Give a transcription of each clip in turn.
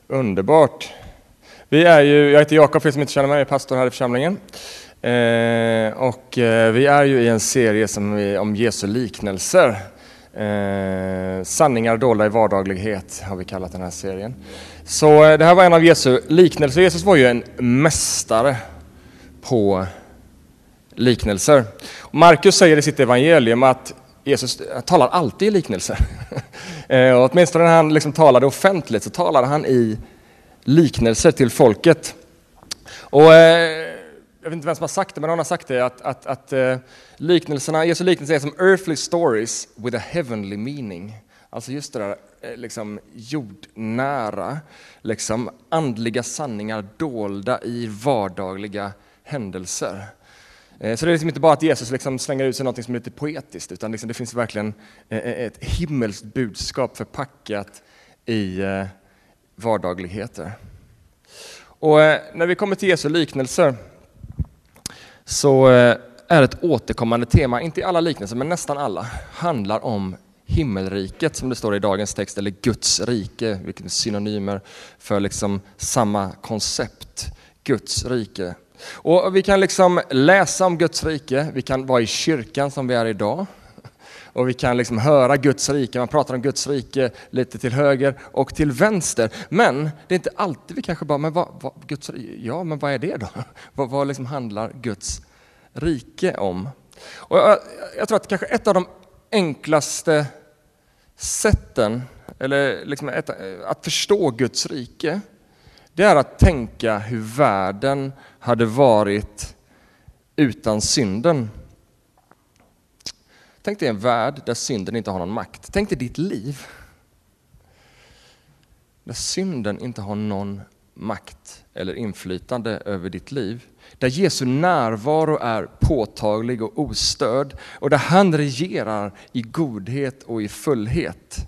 Underbart. Jag heter Jakob, för er som inte känner mig, jag är pastor här i församlingen. Vi är ju i en serie om Jesu liknelser. Sanningar dolda i vardaglighet har vi kallat den här serien. Så det här var en av Jesu liknelser. Jesus var ju en mästare på liknelser. Markus säger i sitt evangelium att Jesus talar alltid i liknelser. Och åtminstone när han liksom talade offentligt så talade han i liknelser till folket. Och jag vet inte vem som har sagt det, men någon har sagt det att Jesu liknelser är som earthly stories with a heavenly meaning. Alltså just det där liksom jordnära, liksom andliga sanningar dolda i vardagliga händelser. Så det är liksom inte bara att Jesus liksom slänger ut sig något som är lite poetiskt, utan liksom det finns verkligen ett himmelskt budskap förpackat i vardagligheter. Och när vi kommer till Jesu liknelser så är ett återkommande tema, inte i alla liknelser men nästan alla, handlar om himmelriket som det står i dagens text, eller Guds rike, vilket är synonymer för liksom samma koncept, Guds rike. Och vi kan liksom läsa om Guds rike, vi kan vara i kyrkan som vi är idag. Och vi kan liksom höra Guds rike, man pratar om Guds rike lite till höger och till vänster. Men det är inte alltid vi kanske bara, men Guds rike, ja men vad är det då? Vad liksom handlar Guds rike om? Och jag tror att kanske ett av de enklaste sätten, eller liksom att förstå Guds rike, det är att tänka hur världen hade varit utan synden. Tänk dig en värld där synden inte har någon makt. Tänk dig ditt liv. Där synden inte har någon makt eller inflytande över ditt liv. Där Jesu närvaro är påtaglig och ostörd. Och där han regerar i godhet och i fullhet.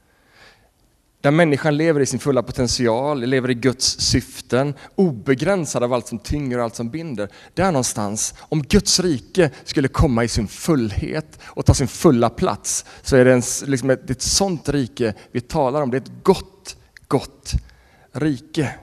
Där människan lever i sin fulla potential, lever i Guds syften, obegränsad av allt som tynger och allt som binder. Där någonstans, om Guds rike skulle komma i sin fullhet och ta sin fulla plats, så är det ett sånt rike vi talar om. Det är ett gott rike.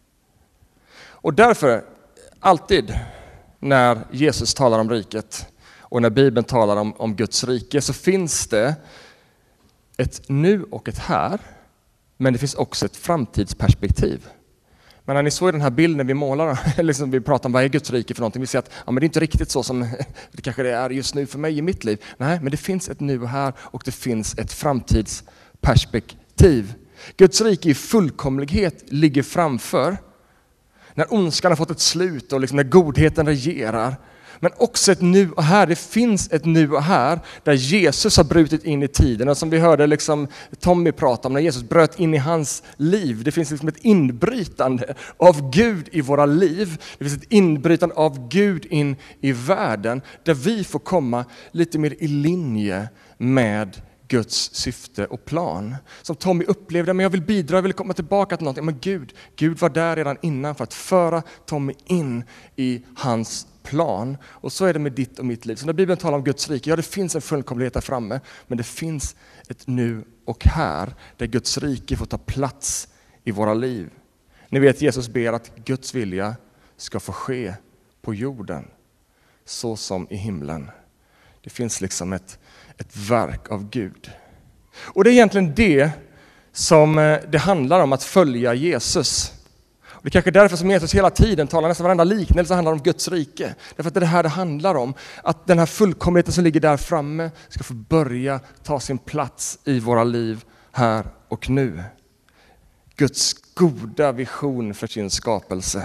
Och därför, alltid när Jesus talar om riket och när Bibeln talar om Guds rike, så finns det ett nu och ett här. Men det finns också ett framtidsperspektiv. Men när ni såg den här bilden vi målar, liksom vi pratar om vad är Guds rike för någonting, vi ser att men det är inte riktigt så som det kanske det är just nu för mig i mitt liv. Nej, men det finns ett nu och här och det finns ett framtidsperspektiv. Guds rike i fullkomlighet ligger framför. När ondskan har fått ett slut och liksom när godheten regerar. Men också ett nu och här, det finns ett nu och här där Jesus har brutit in i tiden. Och som vi hörde liksom Tommy prata om, när Jesus bröt in i hans liv. Det finns liksom ett inbrytande av Gud i våra liv. Det finns ett inbrytande av Gud in i världen. Där vi får komma lite mer i linje med Guds syfte och plan. Som Tommy upplevde, men jag vill bidra, jag vill komma tillbaka till någonting. Men Gud var där redan innan för att föra Tommy in i hans plan. Och så är det med ditt och mitt liv. Så när Bibeln talar om Guds rike, ja det finns en fullkomlighet där framme, men det finns ett nu och här där Guds rike får ta plats i våra liv. Ni vet, Jesus ber att Guds vilja ska få ske på jorden så som i himlen. Det finns liksom ett verk av Gud. Och det är egentligen det som det handlar om att följa Jesus. Och det är kanske därför som Jesus hela tiden talar, nästan varenda liknelse handlar om Guds rike. Därför att det är det här det handlar om. Att den här fullkomligheten som ligger där framme ska få börja ta sin plats i våra liv här och nu. Guds goda vision för sin skapelse.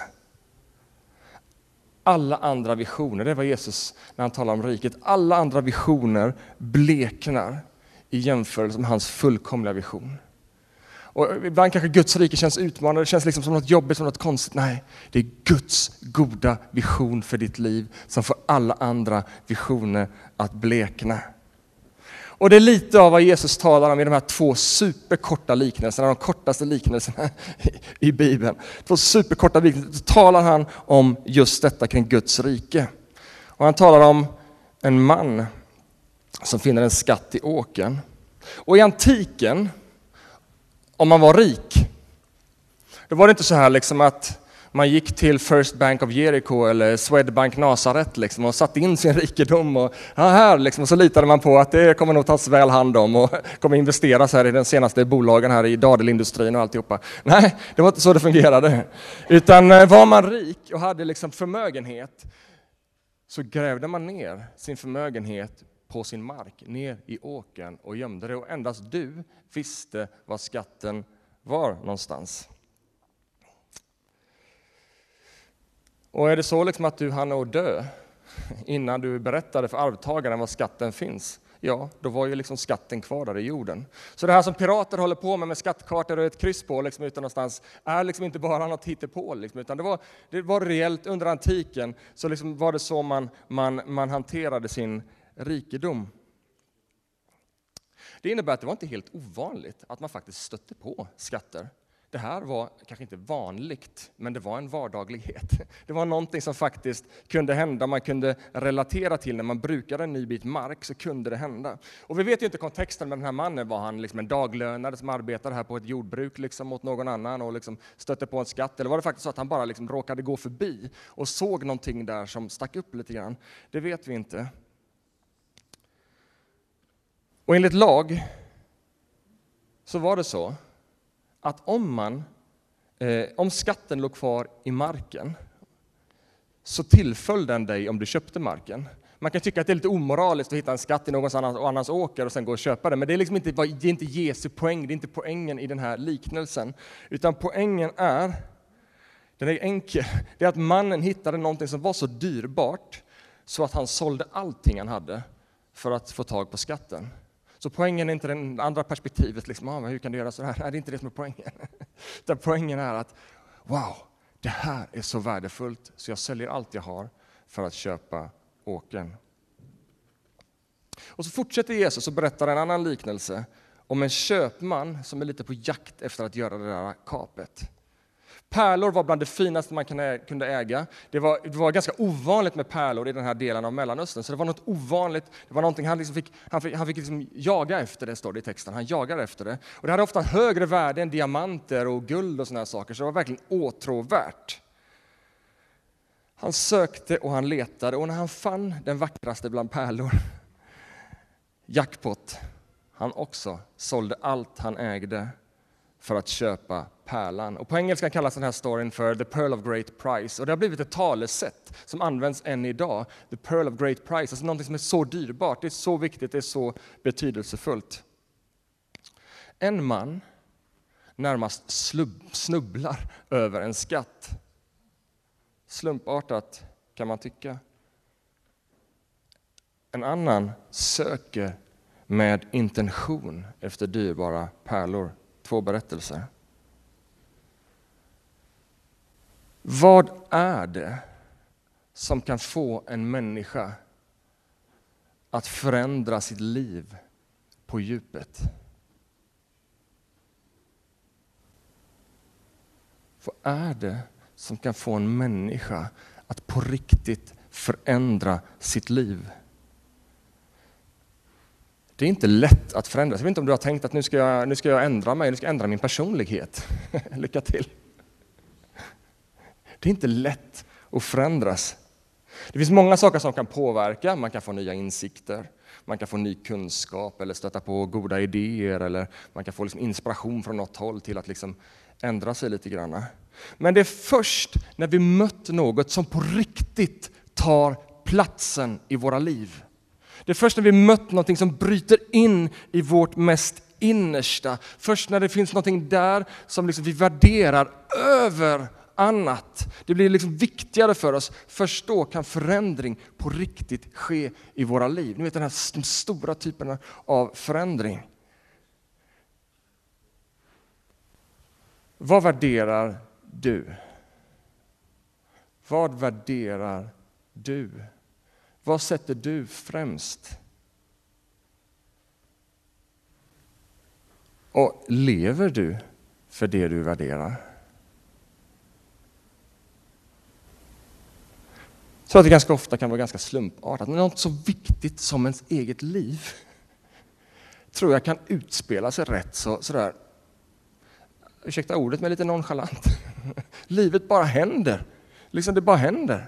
Alla andra visioner, det var Jesus när han talar om riket. Alla andra visioner bleknar i jämförelse med hans fullkomliga vision. Och ibland kanske Guds rike känns utmanande, det känns liksom som något jobbigt, som något konstigt. Nej, det är Guds goda vision för ditt liv som får alla andra visioner att blekna. Och det är lite av vad Jesus talar om i de här två superkorta liknelserna, de kortaste liknelserna i Bibeln. Två superkorta liknelser, så talar han om just detta kring Guds rike. Och han talar om en man som finner en skatt i åkern. Och i antiken, om man var rik, Då var det inte så här liksom att man gick till First Bank of Jericho eller Swedbank Nasaret liksom och satte in sin rikedom och här liksom, och så litade man på att det kommer nog tas väl hand om och kommer investeras här i den senaste bolagen här i dadelindustrin och alltihopa. Nej, det var inte så det fungerade. Utan var man rik och hade liksom förmögenhet så grävde man ner sin förmögenhet på sin mark, ner i åkern och gömde det. Och endast du visste var skatten var någonstans. Och är det så liksom att du hann att dö innan du berättade för arvtagaren var skatten finns, ja, då var ju liksom skatten kvar där i jorden. Så det här som pirater håller på med skattkartor och ett kryss på liksom utan någonstans är liksom inte bara något hittepå liksom, utan det var reellt under antiken, så liksom var det så man hanterade sin rikedom. Det innebär att det var inte helt ovanligt att man faktiskt stötte på skatter. Det här var kanske inte vanligt, men det var en vardaglighet. Det var någonting som faktiskt kunde hända, man kunde relatera till när man brukade en ny bit mark, så kunde det hända. Och vi vet ju inte kontexten med den här mannen. Var han liksom en daglönare som arbetade här på ett jordbruk liksom mot någon annan och liksom stötte på en skatt? Eller var det faktiskt så att han bara liksom råkade gå förbi och såg någonting där som stack upp lite grann? Det vet vi inte. Och enligt lag så var det så att om skatten låg kvar i marken så tillföll den dig om du köpte marken. Man kan tycka att det är lite omoraliskt att hitta en skatt i någon annans åker och sen gå och köpa den, men det är liksom inte Jesu poäng, det är inte poängen i den här liknelsen. Utan poängen den är enkel, det är att mannen hittade någonting som var så dyrbart så att han sålde allting han hade för att få tag på skatten. Så poängen är inte det andra perspektivet, liksom, hur kan du göra så här? Nej, det är inte det som är poängen. Utan poängen är att, wow, det här är så värdefullt så jag säljer allt jag har för att köpa åkern. Och så fortsätter Jesus och berättar en annan liknelse om en köpman som är lite på jakt efter att göra det där kapet. Pärlor var bland det finaste man kunde äga. Det var ganska ovanligt med pärlor i den här delen av Mellanöstern. Så det var något ovanligt. Det var någonting han fick liksom jaga efter, det står det i texten. Han jagar efter det. Och det hade ofta högre värde än diamanter och guld och såna här saker. Så det var verkligen åtråvärt. Han sökte och han letade. Och när han fann den vackraste bland pärlor, jackpot, han också sålde allt han ägde för att köpa pärlan. Och på engelska kallas den här storyn för The Pearl of Great Price. Och det har blivit ett talesätt som används än idag. The Pearl of Great Price, alltså någonting som är så dyrbart, det är så viktigt, det är så betydelsefullt. En man närmast snubblar över en skatt. Slumpartat kan man tycka. En annan söker med intention efter dyrbara pärlor. 2 berättelser. Vad är det som kan få en människa att förändra sitt liv på djupet? Vad är det som kan få en människa att på riktigt förändra sitt liv? Det är inte lätt att förändras. Jag vet inte om du har tänkt att nu ska jag ändra mig, nu ska jag ändra min personlighet. Lycka till. Det är inte lätt att förändras. Det finns många saker som kan påverka. Man kan få nya insikter, man kan få ny kunskap eller stöta på goda idéer, eller man kan få liksom inspiration från något håll till att liksom ändra sig lite grann. Men det är först när vi mött något som på riktigt tar platsen i våra liv. Det är först när vi mött någonting som bryter in i vårt mest innersta. Först när det finns någonting där som liksom vi värderar över annat. Det blir liksom viktigare för oss. Först då kan förändring på riktigt ske i våra liv. Ni vet de stora typerna av förändring. Vad värderar du? Vad värderar du? Vad sätter du främst? Och lever du för det du värderar? Så att det ganska ofta kan vara ganska slumpartat. Men något så viktigt som ens eget liv tror jag kan utspela sig rätt sådär ursäkta ordet, men lite nonchalant. Livet bara händer. Liksom det bara händer.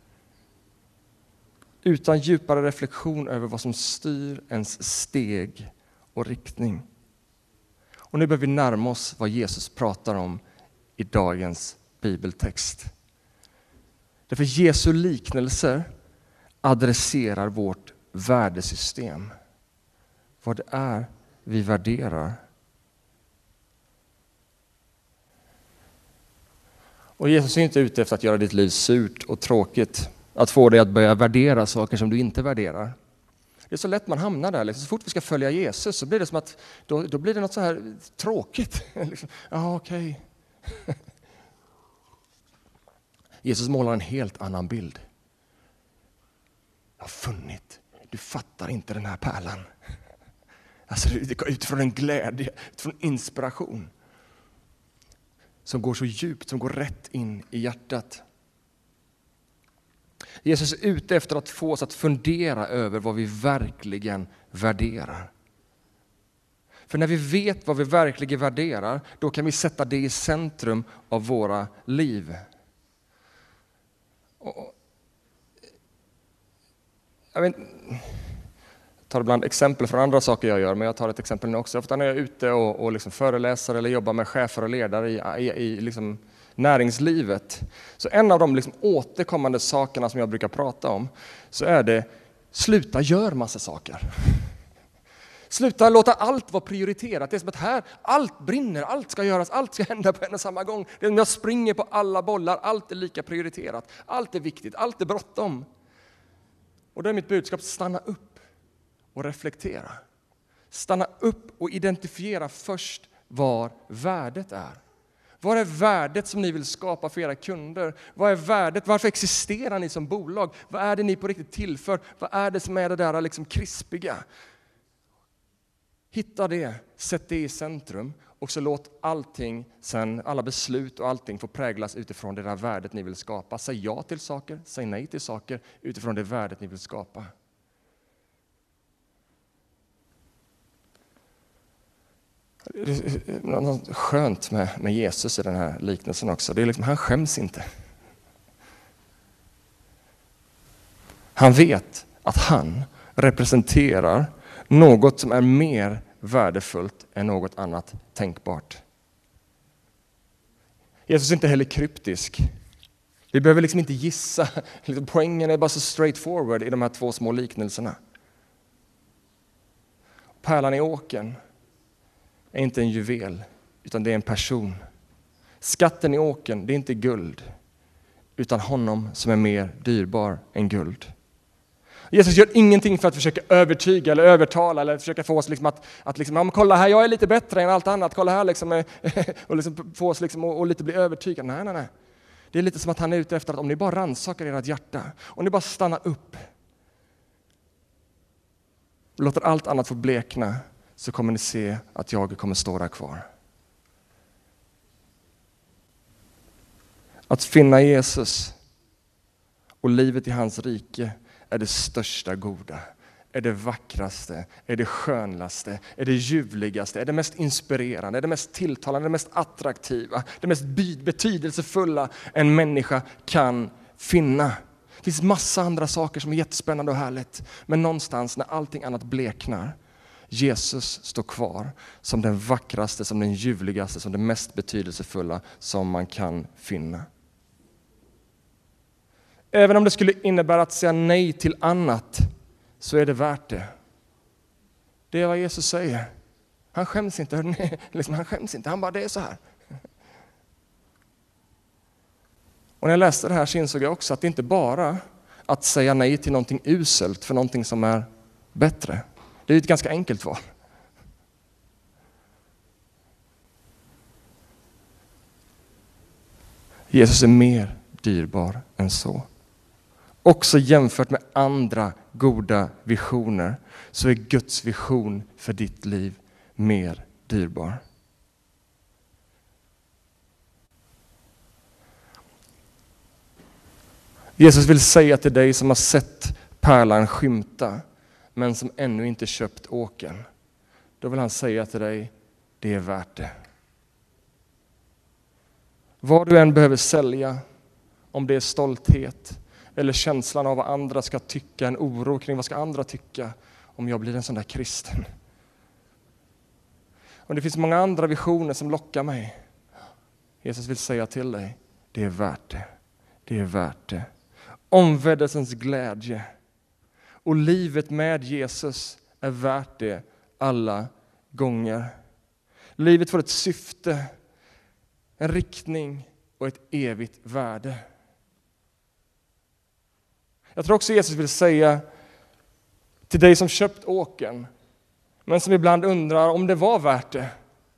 Utan djupare reflektion över vad som styr ens steg och riktning. Och nu börjar vi närma oss vad Jesus pratar om i dagens bibeltext. Därför Jesu liknelser adresserar vårt värdesystem. Vad det är vi värderar. Och Jesus är inte ute efter att göra ditt liv surt och tråkigt. Att få dig att börja värdera saker som du inte värderar. Det är så lätt man hamnar där. Så fort vi ska följa Jesus så blir det som att då blir det något så här tråkigt. Ja, okej. Jesus målar en helt annan bild. Jag har funnit. Du fattar inte den här pärlan. Alltså utifrån en glädje, utifrån inspiration. Som går så djupt, som går rätt in i hjärtat. Jesus är ute efter att få oss att fundera över vad vi verkligen värderar. För när vi vet vad vi verkligen värderar, då kan vi sätta det i centrum av våra liv. Jag tar ibland exempel från andra saker jag gör, men jag tar ett exempel nu också. För när jag är ute och liksom föreläser eller jobbar med chefer och ledare i liksom näringslivet, så en av de liksom återkommande sakerna som jag brukar prata om, så är det: sluta gör massa saker. Sluta låta allt vara prioriterat. Det är som att här, allt brinner, allt ska göras, allt ska hända på en och samma gång. Det är som jag springer på alla bollar, allt är lika prioriterat. Allt är viktigt, allt är bråttom. Och då är mitt budskap: stanna upp och reflektera. Stanna upp och identifiera först var värdet är. Vad är värdet som ni vill skapa för era kunder? Vad är värdet? Varför existerar ni som bolag? Vad är det ni på riktigt tillför? Vad är det som är det där liksom krispiga? Hitta det, sätt det i centrum och så låt allting, sen alla beslut och allting få präglas utifrån det där värdet ni vill skapa. Säg ja till saker, säg nej till saker utifrån det värdet ni vill skapa. Det är något skönt med Jesus i den här liknelsen också. Det är liksom, han skäms inte. Han vet att han representerar något som är mer värdefullt än något annat tänkbart. Jesus är inte heller kryptisk. Vi behöver liksom inte gissa. Poängen är bara så straightforward i de här två små liknelserna. Pärlan i åkern är inte en juvel, utan det är en person. Skatten i åkern, det är inte guld, utan honom som är mer dyrbar än guld. Jesus gör ingenting för att försöka övertyga eller övertala eller försöka få oss liksom att liksom, kolla här, jag är lite bättre än allt annat. Kolla här liksom, och liksom få oss liksom och lite bli övertygade. Nej. Det är lite som att han är ute efter att om ni bara rannsakar ert hjärta, om ni bara stannar upp och låter allt annat få blekna, så kommer ni se att jag kommer stå där kvar. Att finna Jesus och livet i hans rike är det största goda, är det vackraste, är det skönlaste, är det ljuvligaste, är det mest inspirerande, är det mest tilltalande, det mest attraktiva, det mest betydelsefulla en människa kan finna. Det finns massa andra saker som är jättespännande och härligt, men någonstans när allting annat bleknar, Jesus står kvar som den vackraste, som den ljuvligaste, som det mest betydelsefulla som man kan finna. Även om det skulle innebära att säga nej till annat, så är det värt det. Det är vad Jesus säger. Han skäms inte. Han skäms inte. Han bara, det är så här. Och när jag läste det här så insåg jag också att det inte bara att säga nej till någonting uselt för någonting som är bättre. Det är ett ganska enkelt val. Jesus är mer dyrbar än så. Också jämfört med andra goda visioner så är Guds vision för ditt liv mer dyrbar. Jesus vill säga till dig som har sett pärlan skymta men som ännu inte köpt åkern. Då vill han säga till dig, det är värt det. Vad du än behöver sälja, om det är stolthet eller känslan av vad andra ska tycka, en oro kring vad ska andra tycka om jag blir en sån där kristen. Och det finns många andra visioner som lockar mig. Jesus vill säga till dig, det är värt det. Det är värt det. Omvändelsens glädje och livet med Jesus är värt det alla gånger. Livet får ett syfte, en riktning och ett evigt värde. Jag tror också Jesus vill säga till dig som köpt åkern, men som ibland undrar om det var värt det.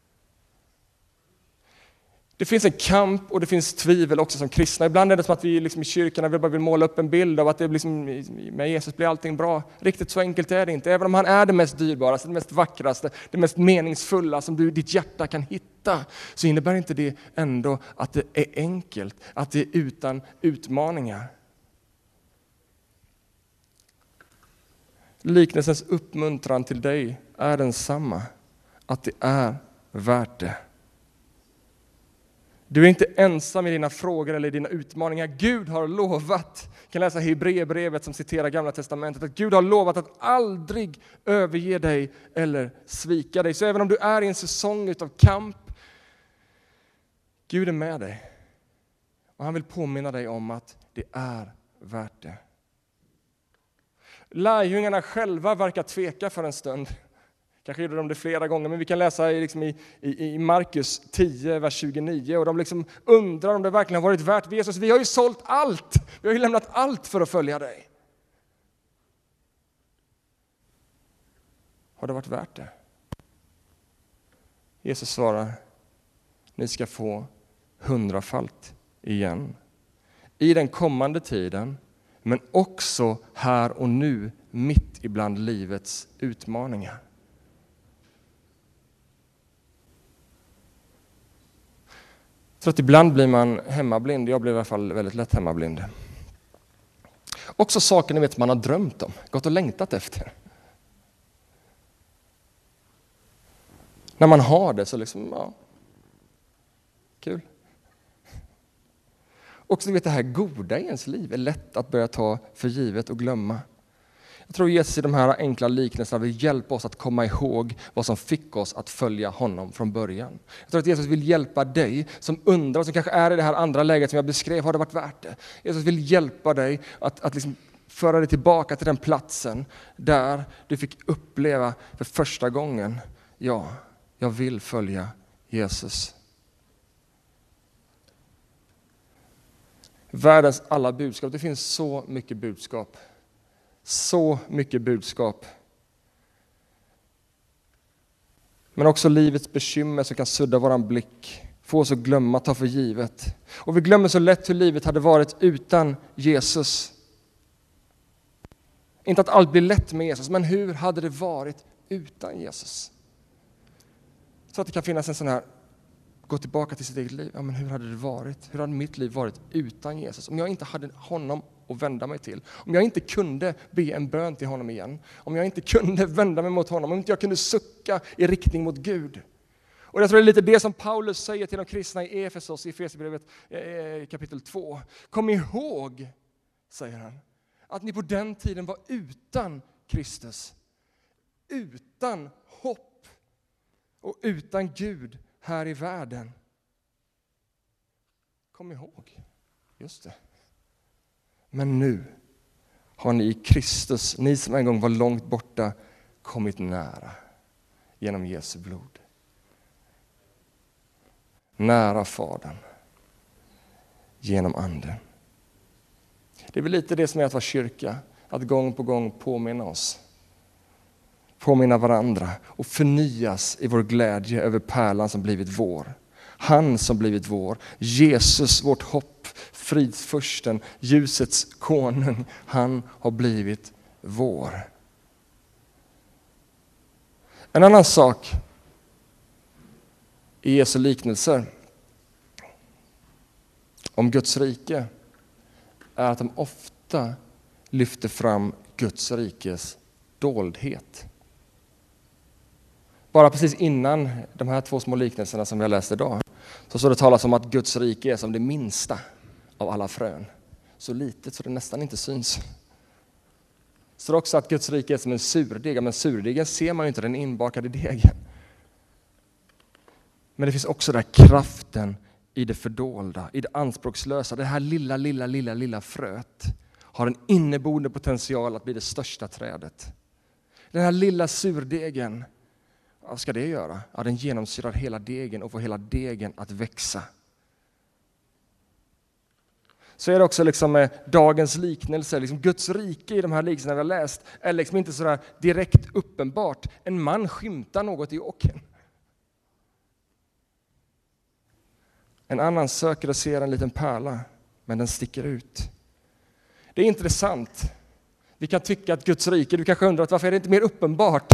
Det finns en kamp och det finns tvivel också som kristna. Ibland är det som att vi liksom i kyrkan vi bara vill måla upp en bild av att det liksom, med Jesus blir allting bra. Riktigt så enkelt är det inte. Även om han är det mest dyrbara, det mest vackraste, det mest meningsfulla som ditt hjärta kan hitta, så innebär inte det ändå att det är enkelt, att det är utan utmaningar. Liknelsens uppmuntran till dig är densamma, att det är värt det. Du är inte ensam i dina frågor eller dina utmaningar. Gud har lovat, jag kan läsa Hebreerbrevet som citerar Gamla testamentet, att Gud har lovat att aldrig överge dig eller svika dig. Så även om du är i en säsong av kamp, Gud är med dig. Och han vill påminna dig om att det är värt det. Lärjungarna själva verkar tveka för en stund. Kanske gjorde de det flera gånger, men vi kan läsa i Markus 10, vers 29. Och de liksom undrar om det verkligen har varit värt Jesus. Vi har ju sålt allt. Vi har ju lämnat allt för att följa dig. Har det varit värt det? Jesus svarar, ni ska få 100-falt igen. I den kommande tiden, men också här och nu, mitt ibland livets utmaningar. Så att ibland blir man hemmablind. Jag blev i alla fall väldigt lätt hemmablind. Också saker ni vet man har drömt om, gått och längtat efter. När man har det så liksom, ja, kul. Också du vet det här goda i ens liv är lätt att börja ta för givet och glömma. Jag tror Jesus i de här enkla liknelserna vill hjälpa oss att komma ihåg vad som fick oss att följa honom från början. Jag tror att Jesus vill hjälpa dig som undrar, som kanske är i det här andra läget som jag beskrev, har det varit värt det? Jesus vill hjälpa dig att liksom föra dig tillbaka till den platsen där du fick uppleva för första gången, ja, jag vill följa Jesus. Världens alla budskap, det finns så mycket budskap. Så mycket budskap. Men också livets bekymmer som kan sudda våran blick. Få oss att glömma, ta för givet. Och vi glömmer så lätt hur livet hade varit utan Jesus. Inte att allt blir lätt med Jesus, men hur hade det varit utan Jesus? Så att det kan finnas en sån här, gå tillbaka till sitt eget liv. Ja, men hur hade det varit? Hur hade mitt liv varit utan Jesus? Om jag inte hade honom att vända mig till. Om jag inte kunde be en bön till honom igen. Om jag inte kunde vända mig mot honom. Om inte jag kunde sucka i riktning mot Gud. Och jag tror det är lite det som Paulus säger till de kristna i Efesos, i Efesierbrevet kapitel 2. Kom ihåg, säger han, att ni på den tiden var utan Kristus. Utan hopp. Och utan Gud här i världen. Kom ihåg. Just det. Men nu har ni i Kristus, ni som en gång var långt borta, kommit nära genom Jesu blod. Nära Fadern. Genom Anden. Det är väl lite det som är att vara kyrka. Att gång på gång påminna oss. Påminna varandra och förnyas i vår glädje över pärlan som blivit vår. Han som blivit vår. Jesus, vårt hopp, fridsfursten, ljusets konung. Han har blivit vår. En annan sak i Jesu liknelser om Guds rike är att de ofta lyfter fram Guds rikes doldhet. Bara precis innan de här två små liknelserna som vi har läst idag så står det talas om att Guds rike är som det minsta av alla frön. Så litet så det nästan inte syns. Så det är också att Guds rike är som en surdeg. Men surdegen ser man ju inte, den inbakade degen. Men det finns också där kraften i det fördolda, i det anspråkslösa. Det här lilla fröet har en inneboende potential att bli det största trädet. Den här lilla surdegen, vad ska det göra? Ja, den genomsyrar hela degen och får hela degen att växa. Så är det också liksom med dagens liknelse. Liksom Guds rike i de här liknelserna vi har läst är liksom inte så där direkt uppenbart. En man skymtar något i åkern. En annan söker och ser en liten pärla, men den sticker ut. Det är intressant. Vi kan tycka att Guds rike, du kanske undrar varför är det inte mer uppenbart?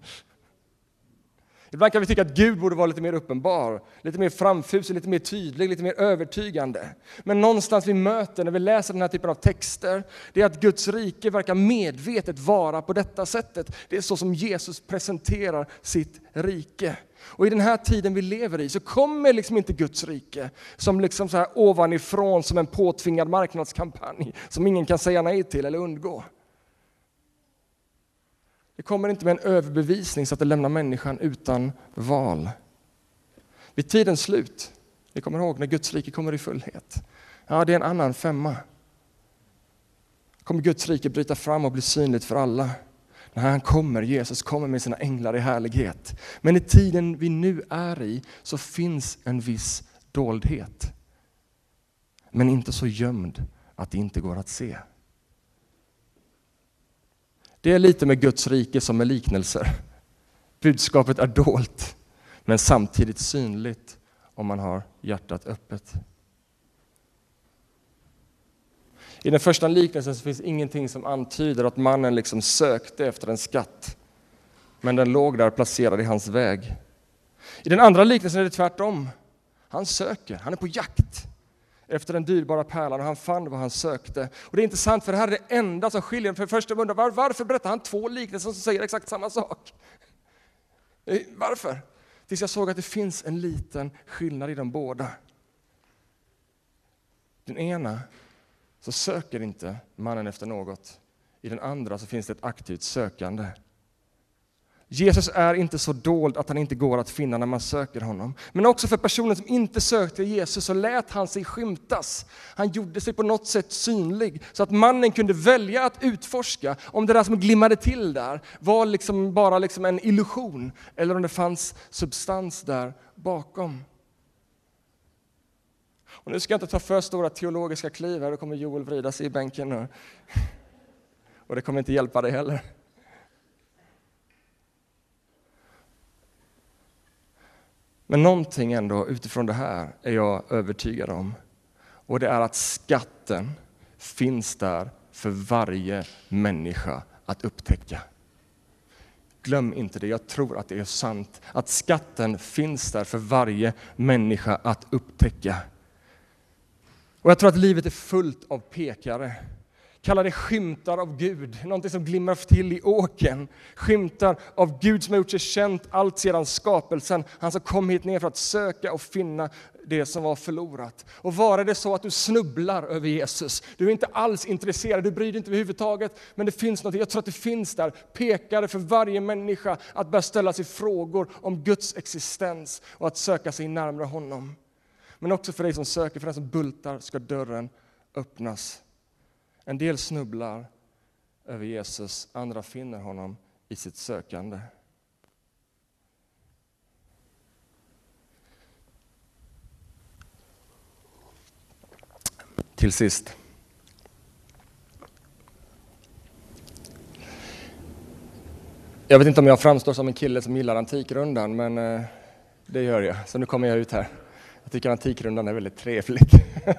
Ibland kan vi tycka att Gud borde vara lite mer uppenbar, lite mer framfusig, lite mer tydlig, lite mer övertygande. Men någonstans vi möter när vi läser den här typen av texter, det är att Guds rike verkar medvetet vara på detta sättet. Det är så som Jesus presenterar sitt rike. Och i den här tiden vi lever i så kommer liksom inte Guds rike som liksom så här ovanifrån som en påtvingad marknadskampanj som ingen kan säga nej till eller undgå. Det kommer inte med en överbevisning så att det lämnar människan utan val. Vid tidens slut, ni kommer ihåg när Guds rike kommer i fullhet. Ja, det är en annan femma. Kommer Guds rike bryta fram och bli synligt för alla. När han kommer, Jesus kommer med sina änglar i härlighet. Men i tiden vi nu är i så finns en viss doldhet. Men inte så gömd att det inte går att se. Det är lite med Guds rike som med liknelser. Budskapet är dolt, men samtidigt synligt om man har hjärtat öppet. I den första liknelsen så finns ingenting som antyder att mannen liksom sökte efter en skatt, men den låg där placerad i hans väg. I den andra liknelsen är det tvärtom. Han söker, han är på jakt efter den dyrbara pärlan och han fann vad han sökte. Och det är intressant för det här är det enda som skiljer. För först undrar varför berättar han två liknelser som säger exakt samma sak? Varför? Tills jag såg att det finns en liten skillnad i de båda. Den ena så söker inte mannen efter något. I den andra så finns det ett aktivt sökande. Jesus är inte så dold att han inte går att finna när man söker honom. Men också för personen som inte sökte Jesus så lät han sig skymtas. Han gjorde sig på något sätt synlig så att mannen kunde välja att utforska om det där som glimmade till där var liksom bara liksom en illusion eller om det fanns substans där bakom. Och nu ska jag inte ta för stora teologiska kliv här, då kommer Joel vrida sig i bänken nu. Och det kommer inte hjälpa dig heller. Men någonting ändå utifrån det här är jag övertygad om. Och det är att skatten finns där för varje människa att upptäcka. Glöm inte det, jag tror att det är sant. Att skatten finns där för varje människa att upptäcka. Och jag tror att livet är fullt av pekare. Kalla det skymtar av Gud, någonting som glimmar till i åken. Skymtar av Gud som har gjort sig känt allt sedan skapelsen. Han som kom hit ner för att söka och finna det som var förlorat. Och var det så att du snubblar över Jesus, du är inte alls intresserad, du bryr dig inte överhuvudtaget, men det finns något, jag tror att det finns där pekare för varje människa att börja ställa sig frågor om Guds existens och att söka sig närmare honom. Men också för dig som söker, för den som bultar ska dörren öppnas. En del snubblar över Jesus, andra finner honom i sitt sökande. Till sist. Jag vet inte om jag framstår som en kille som gillar Antikrundan, men det gör jag. Så nu kommer jag ut här. Jag tycker Antikrundan är väldigt trevligt.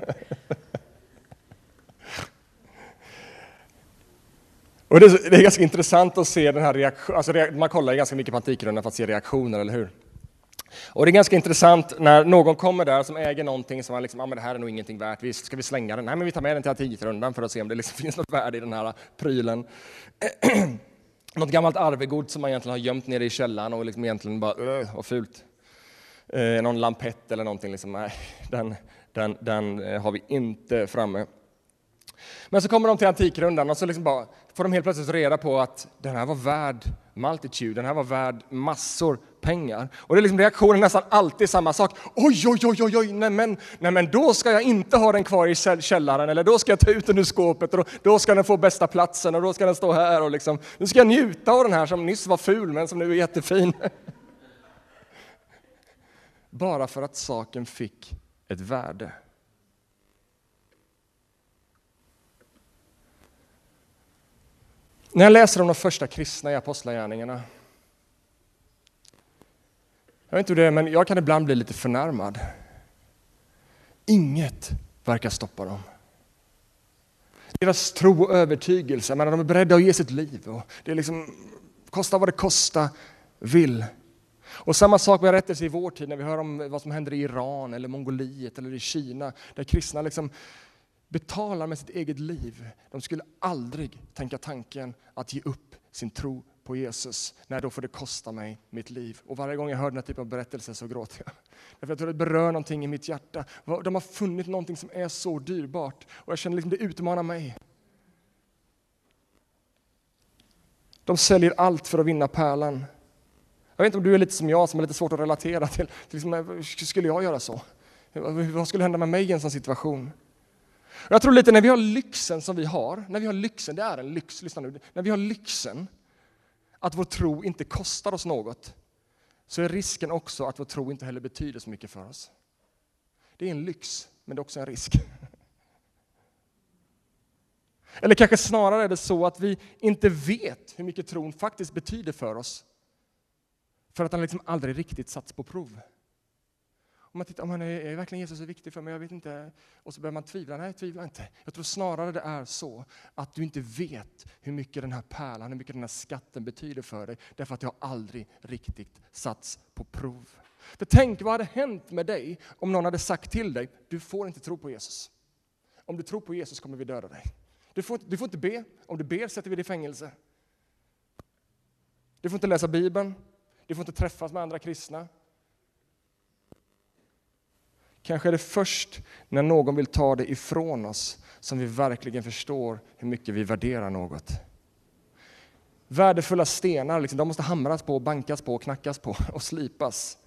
Och det är ganska intressant att se den här reaktionen. Alltså man kollar ganska mycket på Antikrundan för att se reaktioner, eller hur? Och det är ganska intressant när någon kommer där som äger någonting som man liksom, men det här är nog ingenting värt. Visst, ska vi slänga den? Nej, men vi tar med den till Antikrundan för att se om det liksom finns något värde i den här prylen. Något gammalt arvegods som man egentligen har gömt nere i källaren och liksom egentligen bara, vad fult. någon lampett eller någonting. Liksom. Nej, den har vi inte framme. Men så kommer de till Antikrundan och så liksom bara får de helt plötsligt reda på att den här var värd multitude, den här var värd massor pengar. Och det är liksom reaktionen nästan alltid samma sak. Oj, nej men då ska jag inte ha den kvar i källaren, eller då ska jag ta ut den ur skåpet och då ska den få bästa platsen och då ska den stå här och liksom, nu ska jag njuta av den här som nyss var ful men som nu är jättefin. Bara för att saken fick ett värde. När jag läser om de första kristna i apostlagärningarna, jag vet inte hur det är, men jag kan ibland bli lite förnärmad. Inget verkar stoppa dem. Deras tro och övertygelse, men de är beredda att ge sitt liv. Och det är liksom, kosta vad det kosta vill. Och samma sak med rättelse i vår tid när vi hör om vad som händer i Iran eller Mongoliet eller i Kina. Där kristna liksom betalar med sitt eget liv. De skulle aldrig tänka tanken att ge upp sin tro på Jesus. Nej, då får det kosta mig mitt liv. Och varje gång jag hör den här typen av berättelser så gråter jag. Därför jag tror att det berör någonting i mitt hjärta. De har funnit någonting som är så dyrbart. Och jag känner liksom det utmanar mig. De säljer allt för att vinna pärlan. Jag vet inte om du är lite som jag som är lite svårt att relatera till. Liksom, skulle jag göra så? Vad skulle hända med mig i en sån situation? Jag tror lite när vi har lyxen som vi har, det är en lyx, lyssna nu, när vi har lyxen att vår tro inte kostar oss något, så är risken också att vår tro inte heller betyder så mycket för oss. Det är en lyx, men det är också en risk. Eller kanske snarare är det så att vi inte vet hur mycket tron faktiskt betyder för oss, för att den liksom aldrig riktigt satts på prov. Om man tittar, om är verkligen Jesus är viktig för mig, jag vet inte. Och så börjar man tvivla, nej tvivla inte. Jag tror snarare det är så att du inte vet hur mycket den här pärlan, hur mycket den här skatten betyder för dig. Därför att det har aldrig riktigt satts på prov. För tänk vad hade hänt med dig om någon hade sagt till dig, du får inte tro på Jesus. Om du tror på Jesus kommer vi döda dig. Du får inte be, om du ber sätter vi dig i fängelse. Du får inte läsa Bibeln, du får inte träffas med andra kristna. Kanske är det först när någon vill ta det ifrån oss som vi verkligen förstår hur mycket vi värderar något. Värdefulla stenar, liksom, de måste hamras på, bankas på, knackas på och slipas.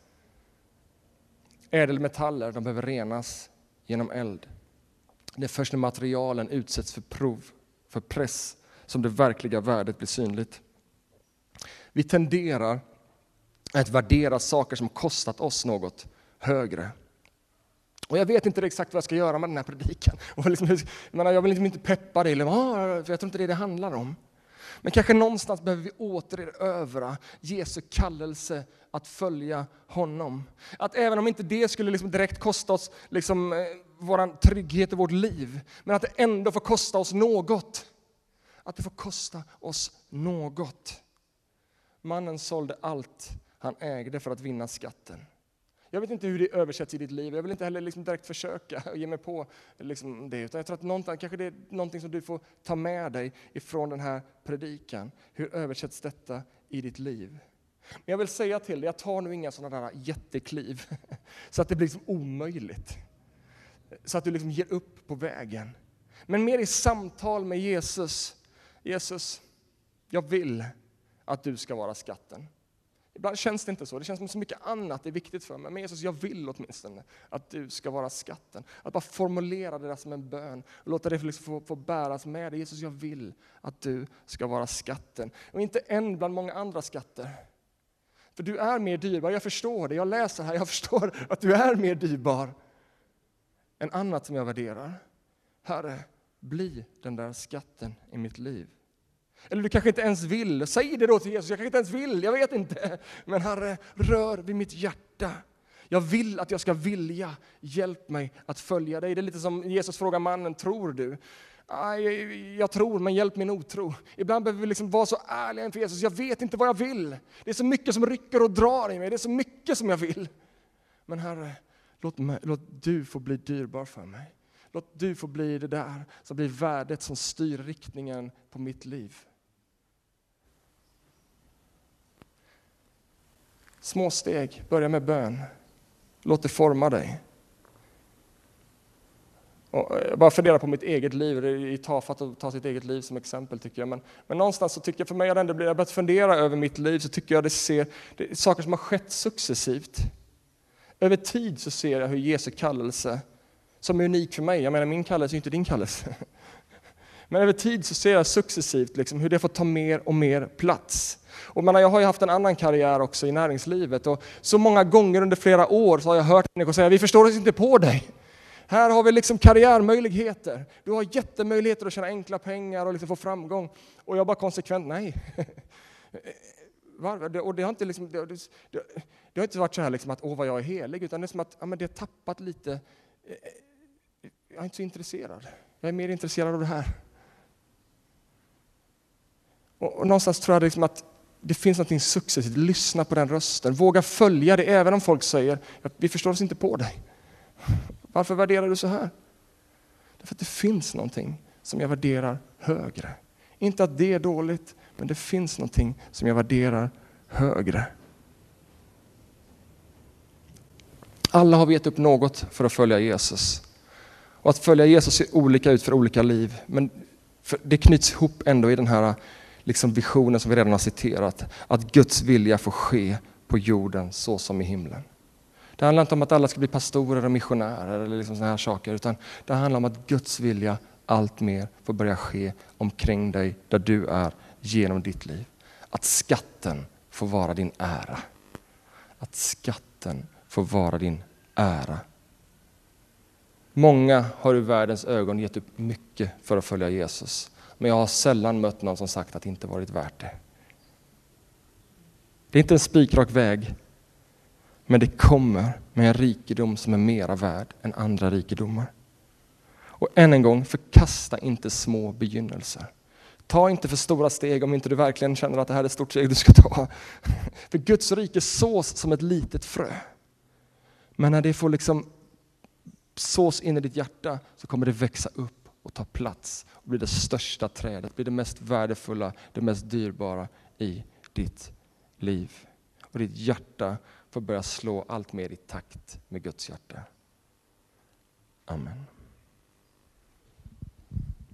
Ädelmetaller, de behöver renas genom eld. Det är först när materialen utsätts för prov, för press, som det verkliga värdet blir synligt. Vi tenderar att värdera saker som kostat oss något högre. Och jag vet inte exakt vad jag ska göra med den här predikan. Och liksom, jag vill inte peppa dig, för jag tror inte det handlar om. Men kanske någonstans behöver vi återerövra Jesu kallelse att följa honom. Att även om inte det skulle liksom direkt kosta oss liksom, vår trygghet i vårt liv, men att det ändå får kosta oss något. Att det får kosta oss något. Mannen sålde allt han ägde för att vinna skatten. Jag vet inte hur det översätts i ditt liv. Jag vill inte heller liksom direkt försöka ge mig på liksom det. Utan jag tror att kanske det är någonting som du får ta med dig ifrån den här predikan. Hur översätts detta i ditt liv? Men jag vill säga till dig, jag tar nu inga sådana där jättekliv. Så att det blir liksom omöjligt. Så att du liksom ger upp på vägen. Men mer i samtal med Jesus. Jesus, jag vill att du ska vara skatten. Ibland känns det inte så. Det känns som så mycket annat är viktigt för mig. Men Jesus, jag vill åtminstone att du ska vara skatten. Att bara formulera det där som en bön. Och låta det liksom få bäras med dig. Jesus, jag vill att du ska vara skatten. Och inte en bland många andra skatter. För du är mer dyrbar. Jag förstår det. Jag läser här. Jag förstår att du är mer dyrbar än annat som jag värderar. Herre, bli den där skatten i mitt liv. Eller du kanske inte ens vill. Säg det då till Jesus. Jag kanske inte ens vill. Jag vet inte. Men Herre, rör vid mitt hjärta. Jag vill att jag ska vilja. Hjälp mig att följa dig. Det är lite som Jesus frågar mannen. Tror du? Jag tror, men hjälp min otro. Ibland behöver vi liksom vara så ärliga inför Jesus. Jag vet inte vad jag vill. Det är så mycket som rycker och drar i mig. Det är så mycket som jag vill. Men Herre, låt du få bli dyrbar för mig. Låt du få bli det där som blir värdet som styr riktningen på mitt liv. Små steg, börja med bön. Låt det forma dig. Och jag bara funderar på mitt eget liv. Det är tafatt att ta sitt eget liv som exempel tycker jag. Men någonstans så tycker jag, för mig har det ändå blivit, jag har börjat fundera över mitt liv, så tycker jag det är saker som har skett successivt. Över tid så ser jag hur Jesu kallelse, som är unik för mig, jag menar min kallelse är inte din kallelse. Men över tid så ser jag successivt liksom hur det får ta mer och mer plats. Och jag har ju haft en annan karriär också i näringslivet. Och så många gånger under flera år så har jag hört människor säga, vi förstår oss inte på dig. Här har vi liksom karriärmöjligheter. Du har jättemöjligheter att tjäna enkla pengar och liksom få framgång. Och jag bara konsekvent, nej. Och det har inte liksom, det har inte varit så här liksom att vad jag är helig, utan det är som att det har tappat lite. Jag är inte så intresserad. Jag är mer intresserad av det här. Och någonstans tror jag liksom att det finns något successivt. Lyssna på den rösten. Våga följa det även om folk säger att vi förstår oss inte på dig. Varför värderar du så här? Därför att det finns någonting som jag värderar högre. Inte att det är dåligt, men det finns någonting som jag värderar högre. Alla har vi gett upp något för att följa Jesus. Och att följa Jesus ser olika ut för olika liv. Men det knyts ihop ändå i den här liksom visionen som vi redan har citerat. Att Guds vilja får ske på jorden så som i himlen. Det handlar inte om att alla ska bli pastorer och missionärer eller liksom såna här saker. Utan det handlar om att Guds vilja allt mer får börja ske omkring dig där du är genom ditt liv. Att skatten får vara din ära. Att skatten får vara din ära. Många har i världens ögon gett upp mycket för att följa Jesus. Men jag har sällan mött någon som sagt att det inte varit värt det. Det är inte en spikrak väg. Men det kommer med en rikedom som är mera värd än andra rikedomar. Och än en gång, förkasta inte små begynnelser. Ta inte för stora steg om inte du verkligen känner att det här är ett stort steg du ska ta. För Guds rike sås som ett litet frö. Men när det får liksom sås in i ditt hjärta så kommer det växa upp och ta plats. Och bli det största trädet, bli det mest värdefulla, det mest dyrbara i ditt liv. Och ditt hjärta får börja slå allt mer i takt med Guds hjärta. Amen.